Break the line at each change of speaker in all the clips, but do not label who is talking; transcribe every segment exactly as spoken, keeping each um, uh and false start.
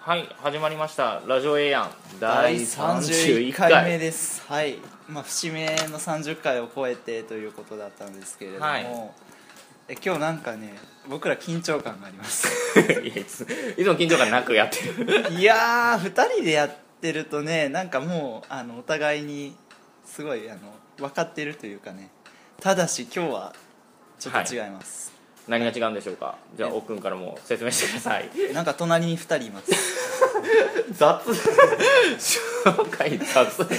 はい、始まりましたラジオ A やん
第さんじゅういっかいめです。はい、まあ、節目のさんじゅっかいを超えてということだったんですけれども、はい、え今日なんかね僕ら緊張感があります
いやいついつも緊張感なくやってる
いやーふたりでやってるとねなんかもうあのお互いにすごいあの分かってるというかね。ただし今日はちょっと違います、
はい、何が違うんでしょうか。じゃあ奥君からも説明してください。
なんか隣にふたりいます
雑紹介雑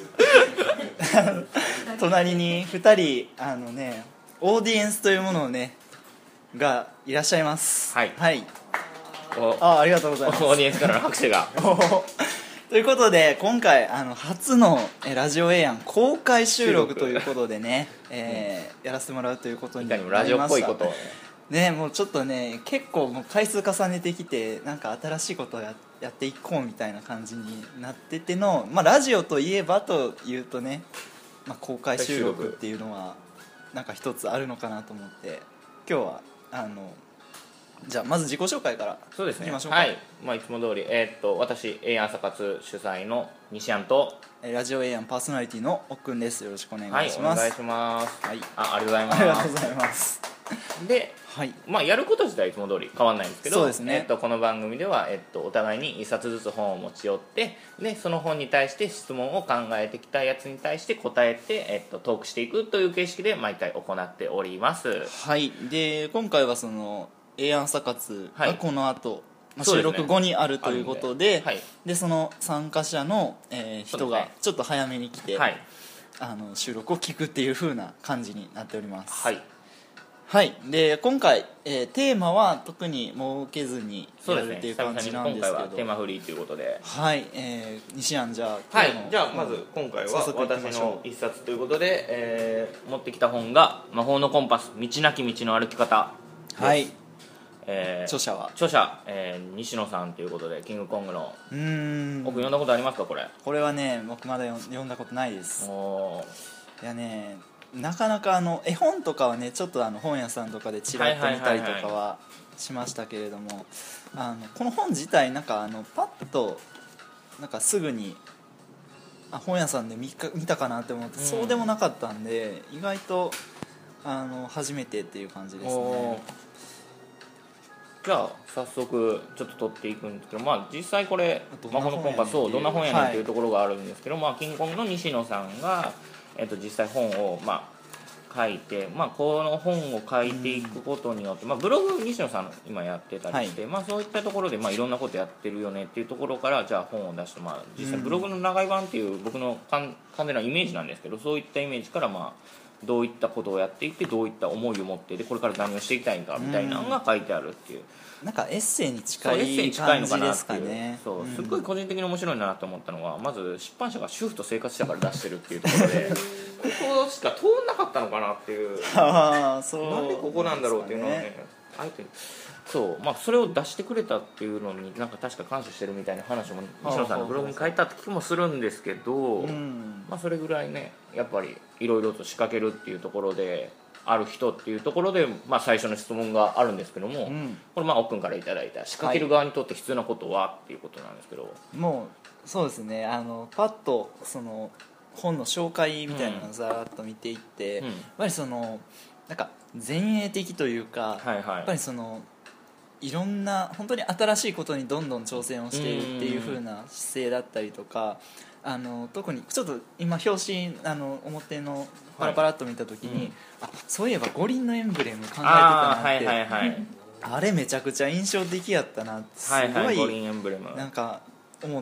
隣にふたりあのねオーディエンスというものをねがいらっしゃいます。
はい、
はい、あ, ありがとうございます。
オーディエンスからの拍手が
ということで今回あの初のラジオ A やん公開収録ということでね、えー、やらせてもらうということになりました。
ラジオっぽいことを
ね、もうちょっとね結構もう回数重ねてきてなんか新しいことを や, やっていこうみたいな感じになってての、まあ、ラジオといえばというとね、まあ、公開収録っていうのはなんか一つあるのかなと思って今日はあのじゃあまず自己紹介から
そうですね
いきましょうか。
はい、まあ、いつも通り、えー、っと私 A やん朝活主催の西安と
ラジオ A やんパーソナリティの奥くんです。よろしくお願いします。
はい、お願いします、
はい、
あ, ありがとうございます。
ありがとうございます
で、はいまあ、やること自体いつも通り変わらないんですけど、
そうですね、
えっと、この番組では、えっと、お互いにいっさつずつ本を持ち寄ってでその本に対して質問を考えてきたやつに対して答えて、えっと、トークしていくという形式で毎回行っております。
はいで今回はその A やん朝活がこの後、はいまあ、収録後にあるということで、はい、でその参加者の、えー、人がちょっと早めに来て、はい、あの収録を聞くっていう風な感じになっております。はい、はい、で今回、えー、テーマは特に設けずにやるっていう感じなんですけど、
今回はテーマフリーということで、
はい、えー、西安じゃあ、
はい、じゃあまず今回は私の一冊ということで、えー、持ってきた本が魔法のコンパス道なき道の歩き方です。はい、えー、
著者は
著者、えー、西野さんということでキングコングのうーん僕読んだことありますか。これ
これはね僕まだ読んだことないです。おいやねなかなかあの絵本とかはねちょっとあの本屋さんとかでちらっと見たりとかはしましたけれども、あのこの本自体なんかあのパッとなんかすぐにあ本屋さんで 見, か見たかなって思って、うん、そうでもなかったんで意外とあの初めてっていう感じですね。
じゃあ早速ちょっと取っていくんですけど、まあ、実際これ魔法のコンパスをどんな本やねんっていうところがあるんですけど、はいまあ、キングコングの西野さんが、えっと、実際本を、まあ、書いて、まあ、この本を書いていくことによって、まあ、ブログ西野さん今やってたりして、はいまあ、そういったところで、まあ、いろんなことやってるよねっていうところからじゃあ本を出して、まあ、実際ブログの長い版っていう僕の完全なイメージなんですけど、そういったイメージから、まあどういったことをやっていってどういった思いを持ってでこれから何をしていきたいんかみたいなのが書いてあるっていう、
なんかエッセイに近い感じですかね。
そう、すっごい個人的に面白いなと思ったのは、まず出版社が主婦と生活者から出してるっていうところでここしか通んなかったのかなっていうあそうなんでここなんだろうっていうのはねあえてそう、まあ、それを出してくれたっていうのになんか確か感謝してるみたいな話も西野さんのブログに書いたって気もするんですけど、うんまあ、それぐらいねやっぱりいろいろと仕掛けるっていうところである人っていうところで、まあ、最初の質問があるんですけども、うん、これまあ奥君からいただいた仕掛ける側にとって必要なことは、はい、っていうことなんですけど、
もうそうですねあのパッとその本の紹介みたいなのをざーっと見ていって、うん、やっぱりそのなんか前衛的というか、はいはい、やっぱりそのいろんな本当に新しいことにどんどん挑戦をしているっていう風な姿勢だったりとか、あの特にちょっと今表紙あの表のパラパラっと見た時に、はいうん、あそういえば五輪のエンブレム考えてたなって、はいはいはい、あれめちゃくちゃ印象的やったなってすごい、はいはい、五輪エンブレムなんか思って、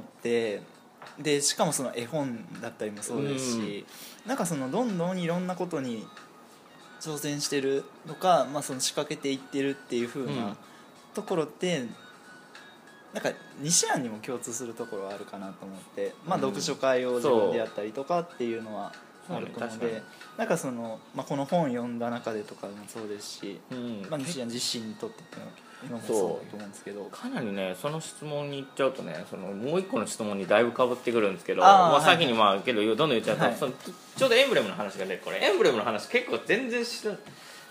でしかもその絵本だったりもそうですし、うん、なんかそのどんどんいろんなことに挑戦してるとか、まあ、その仕掛けていってるっていう風な、うんところってなんか西安にも共通するところはあるかなと思って、まあ、読書会を自分でやったりとかっていうのはあるので、なんかその、まあ、この本を読んだ中でとかもそうですし、うんまあ、西安自身にとってのもそうだと思うんですけど、
かなりねその質問に行っちゃうとねそのもう一個の質問にだいぶかぶってくるんですけど、まあ、先にまあけどどんどん言っちゃうと、はい、そのちょうどエンブレムの話がねこれエンブレムの話結構全然し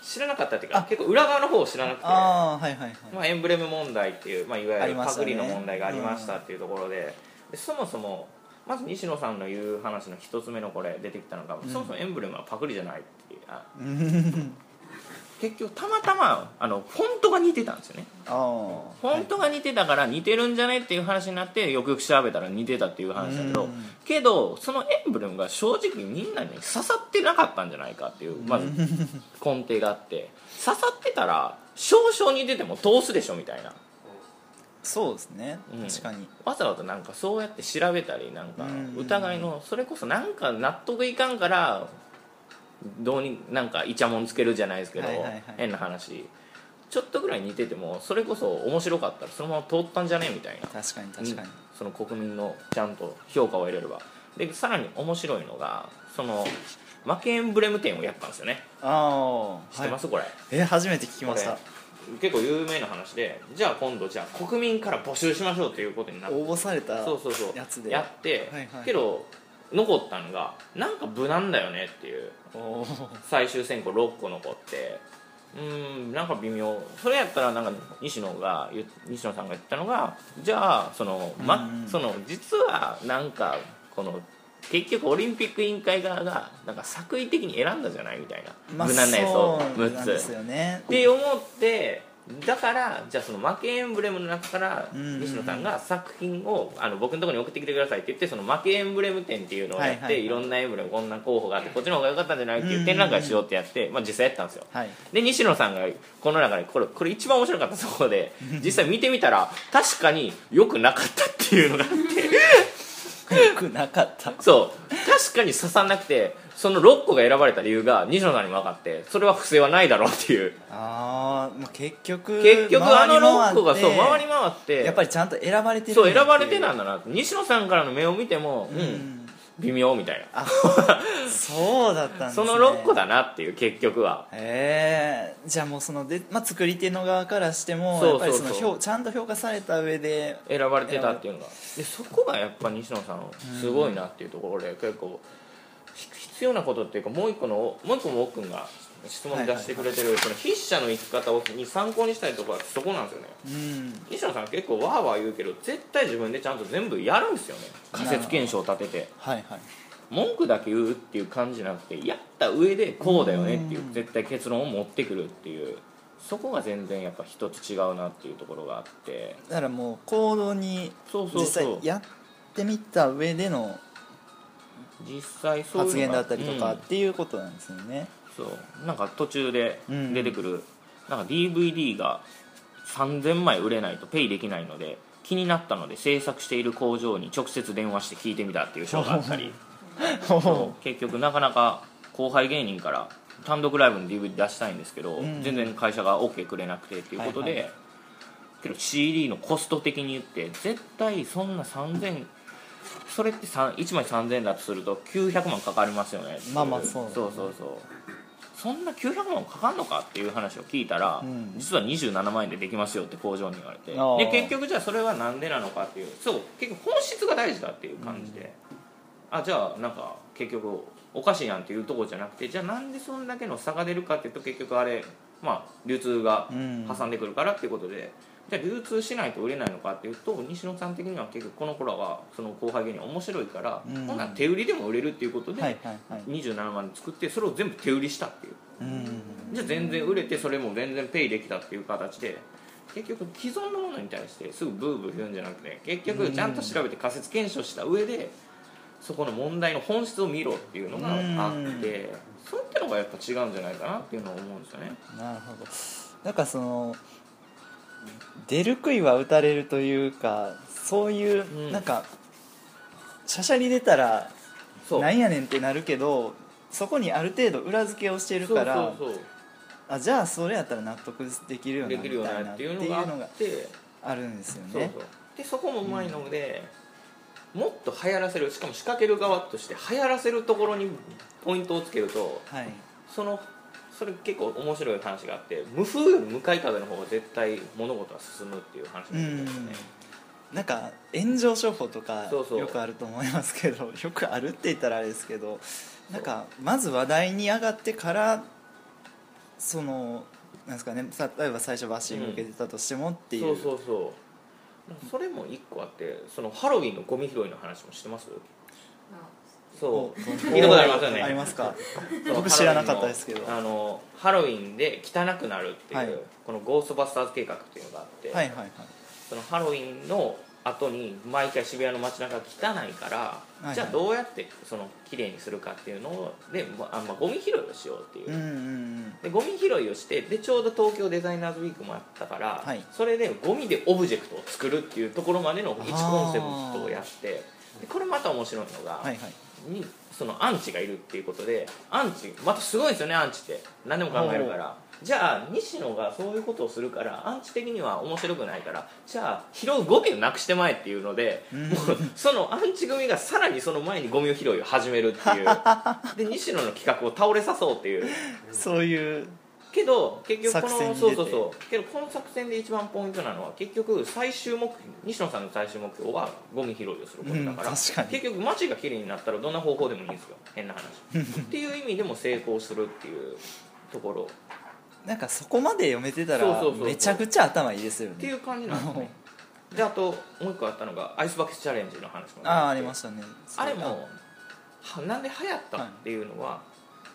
知らなかったっていうか結構裏側の方を知らなくて、
あ、はいはいはい、
まあ、エンブレム問題っていう、まあ、いわゆるパクリの問題がありました
ね
っていうところで、うん、でそもそもまず西野さんの言う話の一つ目のこれ出てきたのが、うん、そもそもエンブレムはパクリじゃないっていう、うん結局たまたまあのフォントが似てたんですよね。あフォントが似てたから似てるんじゃねっていう話になってよくよく調べたら似てたっていう話だけど、けどそのエンブレムが正直みんなに刺さってなかったんじゃないかっていうまず根底があって刺さってたら少々似てても通すでしょみたいな。
そうですね、
うん、
確かに
わざわざなんかそうやって調べたりなんか疑いのそれこそなんか納得いかんからどうになんかイチャモンつけるじゃないですけど、はいはいはい、変な話ちょっとぐらい似ててもそれこそ面白かったらそのまま通ったんじゃねみたいな。
確かに確かに、
その国民のちゃんと評価を得れれば。でさらに面白いのがその負けエンブレム展をやったんですよね。ああ知ってます、はい、これ
え初めて聞きました。
結構有名な話でじゃあ今度じゃあ国民から募集しましょうということになって
応募されたやつで
そうそうそうやって、はいはい、けど残ったのがなんか無難だよねっていう最終選考ろっこ残ってうーんなんか微妙それやったらなんか西野が西野さんが言ったのがじゃあその、ま、その実はなんかこの結局オリンピック委員会側がなんか作為的に選んだじゃないみたいな、まあ、無難なやつをむっつ
ですよね
って思ってだからじゃあその負けエンブレムの中から西野さんが作品をあの僕のところに送ってきてくださいって言ってその負けエンブレム展っていうのをやって、はいはいはい、いろんなエンブレムこんな候補があってこっちの方が良かったんじゃないっていう展覧会しようってやって、まあ、実際やったんですよ、はい、で西野さんがこの中でこれこれ一番面白かったそこで実際見てみたら確かに良くなかったっていうのがあって
良くなかった
そう確かに刺さんなくてそのろっこが選ばれた理由が西野さんにも分かってそれは不正はないだろうっていう
ああ結局
結局あのろっこがそう回り回って
やっぱりちゃんと選ばれてる
そう選ばれてたんだな西野さんからの目を見てもうん、うん微妙みたいなあ
そうだったんですね
そのろっこだなっていう結局は
へえー、じゃあもうそので、まあ、作り手の側からしてもやっぱりその評ちゃんと評価された上で
選ばれてたっていうのがでそこがやっぱ西野さんすごいなっていうところで、うん、結構必要なことっていうかもう一個のもう一個も奥君が質問出してくれてる、はいはいはい、その筆者の生き方をに参考にしたいところはそこなんですよね、うん、西野さん結構ワーワー言うけど絶対自分でちゃんと全部やるんですよね仮説検証を立てて、はいはい、文句だけ言うっていう感じじゃなくてやった上でこうだよねっていう絶対結論を持ってくるっていうそこが全然やっぱ一つ違うなっていうところがあって
だからもう行動に実際やってみた上での
実際そういう
発言だったりとかっていうことなんですよね、
うん、そうなんか途中で出てくる、うん、なんか ディーブイディー がさんぜんまい売れないとペイできないので気になったので制作している工場に直接電話して聞いてみたっていう賞があったり結局なかなか後輩芸人から単独ライブの ディーブイディー 出したいんですけど、うん、全然会社が OK くれなくてっていうことで、はいはい、けど シーディー のコスト的に言って絶対そんなさんぜんそれっていちまいさんぜんえんだとするときゅうひゃくまんかかりますよね
まあまあそう、ね、
そうそうそうそんなきゅうひゃくまんかかんのかっていう話を聞いたら、うん、実はにじゅうななまんえんでできますよって工場に言われてで結局じゃあそれはなんでなのかっていうそう結局本質が大事だっていう感じで、うん、あじゃあなんか結局おかしいやんっていうところじゃなくてじゃあなんでそんだけの差が出るかっていうと結局あれまあ流通が挟んでくるからっていうことで、うんじゃあ流通しないと売れないのかっていうと西野さん的には結局この頃はその後輩芸人面白いから、うん、ほんなら手売りでも売れるっていうことで、はいはいはい、にじゅうななまんで作ってそれを全部手売りしたっていう、うん、じゃあ全然売れてそれも全然ペイできたっていう形で結局既存のものに対してすぐブーブー言うんじゃなくて結局ちゃんと調べて仮説検証した上でそこの問題の本質を見ろっていうのがあってそういったのがやっぱ違うんじゃないかなっていうのを思うんですよね。
なるほどなんかその出る杭は打たれるというかそういう、うん、なんかしゃしゃり出たらなんやねんってなるけどそこにある程度裏付けをしてるからそうそうそうあじゃあそれやったら納得できるよなみたいなっていうのがあってあるんですよね。そうそう
でそこもうまいので、うん、もっと流行らせるしかも仕掛ける側として流行らせるところにポイントをつけると、はい、そのそれ結構面白い話があって無風より向かい風の方が絶対物事は進むっていう話なんですね。
なんか炎上商法とかよくあると思いますけどよくあるって言ったらあれですけどなんかまず話題に上がってからそのなんですかね、例えば最初バッシング受けてたとしてもっていう、
うん、そうそうそう、それも一個あって、そのハロウィンのゴミ拾いの話もしてます？そう聞いたことありますよね。
ありますか？僕知らなかったですけど、
あのハロウィンで汚くなるっていう、はい、このゴーストバスターズ計画っていうのがあって、
はいはいはい、そ
のハロウィンの後に毎回渋谷の街中が汚いから、はいはい、じゃあどうやってその綺麗にするかっていうので、あ、まあ、ゴミ拾いをしようっていう、うんうんうん、でゴミ拾いをして、でちょうど東京デザイナーズウィークもあったから、はい、それでゴミでオブジェクトを作るっていうところまでのいちコンセプトをやって、でこれまた面白いのが、はいはい、にそのアンチがいるっていうことで、アンチまたすごいですよね。アンチって何でも考えるから、じゃあ西野がそういうことをするからアンチ的には面白くないから、じゃあ拾うゴミをなくしてまえっていうので、うん、もうそのアンチ組がさらにその前にゴミを拾いを始めるっていうで西野の企画を倒れさそうっていう、
そういう
けど結局このそうそうそうけどこの作戦で一番ポイントなのは、結局最終目標、西野さんの最終目標はゴミ拾いをすることだから、うん、確かに結局街がきれいになったらどんな方法でもいいんですよ、変な話っていう意味でも成功するっていうところ、
なんかそこまで読めてたらめちゃくちゃ頭いいですよね
っていう感じなんですねで、あともう一個あったのがアイスバケツチャレンジの話も
ああありましたね。
あれもなんで流行ったっていうのは、はい、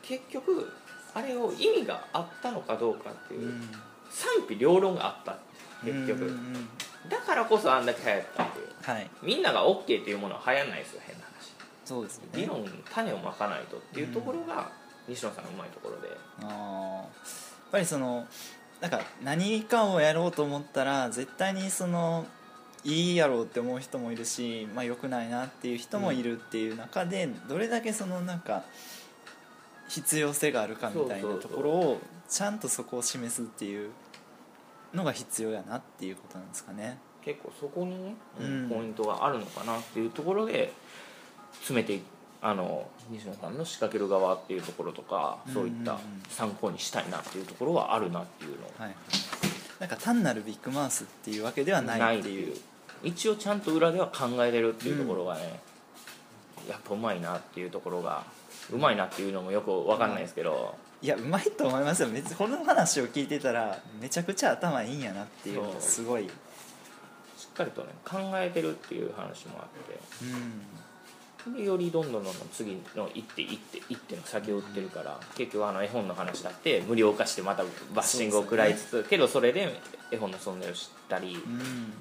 結局あれを意味があったのかどうかっていう、うん、賛否両論があった結局、うんうんうん、だからこそあんだけ流行ったっていう、はい、みんなが OK っていうものは流行らないですよ、変な話。
そうですね、
議論に種をまかないとっていうところが西野さんのうまいところで、
うん、あやっぱりそのなんか何かをやろうと思ったら絶対にそのいいやろうって思う人もいるし、まあ、良くないなっていう人もいるっていう中で、どれだけそのなんか必要性があるかみたいなところをちゃんとそこを示すっていうのが必要やなっていうことなんですかね。
結構そこにね、うん、ポイントがあるのかなっていうところで詰めていく、あの西野さんの仕掛ける側っていうところとか、そういった参考にしたいなっていうところはあるなっていうのを、はい、
なんか単なるビッグマウスっていうわけではないっていう、
一応ちゃんと裏では考えれるっていうところがね、うん、やっぱうまいなっていうところが、うまいなっていうのもよく分かんないですけど、
いやうまいと思いますよ。別にこの話を聞いてたらめちゃくちゃ頭いいんやなっていうのすごい
しっかりとね考えてるっていう話もあって、うん、でよりどんどんどんどん次の一手一手一手の先を打ってるから、結局あの絵本の話だって無料化してまたバッシングを食らいつつ、ね、けどそれで絵本の存在を知ったり、うん、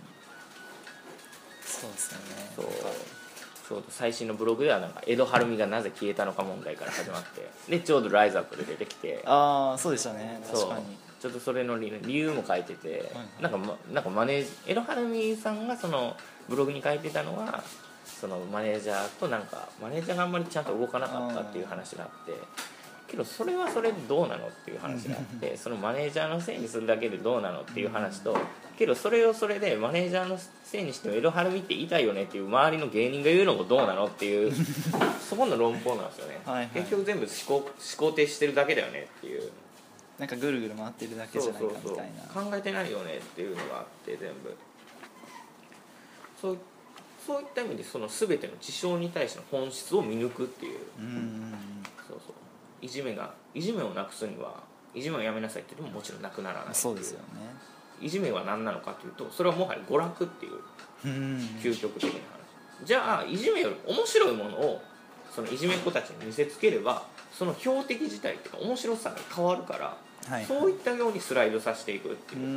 そうですよね。
そうそう最新のブログではなんか江戸晴美がなぜ消えたのか問題から始まって、でちょうどライズアップで出てきて、
ああそうでしたね、確かに
ちょっとそれの理由も書いてて、はいはい、なんか、ま、なんかマネージ江戸晴美さんがそのブログに書いてたのは、そのマネージャーとなんかマネージャーがあんまりちゃんと動かなかったっていう話があって、けどそれはそれでどうなのっていう話があってそのマネージャーのせいにするだけでどうなのっていう話と、けどそれをそれでマネージャーのせいにしても江戸晴美って言いたいよねっていう周りの芸人が言うのもどうなのっていうそこの論法なんですよね。はい、はい、結局全部思考思考停止してるだけだよねっていう、
なんかぐるぐる回ってるだけじゃないかみたいな、そうそう
そう考えてないよねっていうのがあって、全部そうそういった意味でその全ての事象に対しての本質を見抜くっていう、うんうんうん、そうそういじめがいじめをなくすにはいじめをやめなさいって言ってももちろんなくならないっていう。
そうですよね。
いじめは何なのかというと、それはもはや娯楽っていう究極的な話。じゃあいじめより面白いものをそのいじめっ子たちに見せつければ、その標的自体っていうか面白さが変わるから、はい、そういったようにスライドさせていくっていう、うん、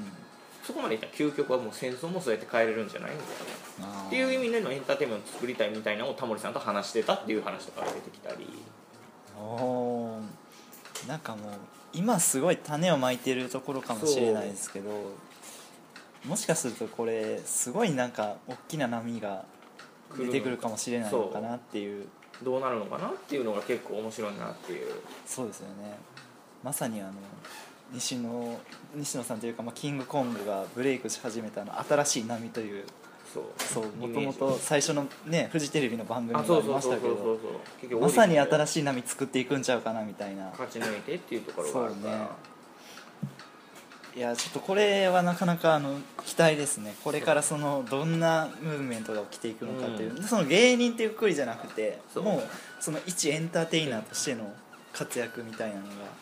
そこまでいったら究極はもう戦争もそうやって変えれるんじゃないみたいなっていう意味でのエンターテインメントを作りたいみたいなのをタモリさんと話してたっていう話とかが出てきたり、
おなんかもう今すごい種をまいてるところかもしれないですけど、もしかするとこれすごいなんか大きな波が出てくるかもしれないのかなっていう、
どうなるのかなっていうのが結構面白いなっていう。
そうですよね。まさにあの西野西野さんというか、まあ、キングコングがブレイクし始めたの新しい波という、そうもともと最初のねフジテレビの番組がありましたけど、まさに新しい波作っていくんちゃうかなみたいな、
勝ち抜いてっていうところがあるから、そうね。
いやちょっとこれはなかなかあの期待ですね。これからそのどんなムーブメントが起きていくのかっていう、うん、その芸人っていうくくりじゃなくて、もうその一エンターテイナーとしての活躍みたいなのが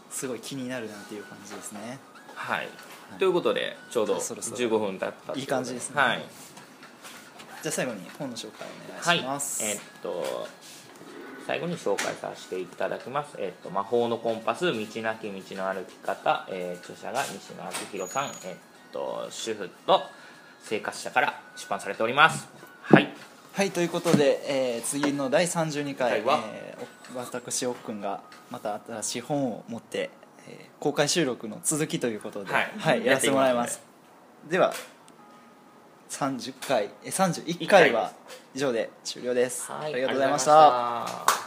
すごい気になるなっていう感じですね。
はい、はい、ということでちょうどじゅうごふん経った
いい感じですね。はい、じゃあ最後に本の紹介お願いします。
はい、えー、っと最後に紹介させていただきます、えー、っと魔法のコンパス道なき道の歩き方、えー、著者が西野昭弘さん、えー、っと主婦と生活者から出版されております。はい、
はい、ということで、えー、次のだいさんじゅうにかいは、えー、私おっくんがまた新しい本を持って、えー、公開収録の続きということで、はいはい、やらせてもらいます。ではさんじゅっかいさんじゅういっかいは以上で終了です。
はい、
ありがとうございました。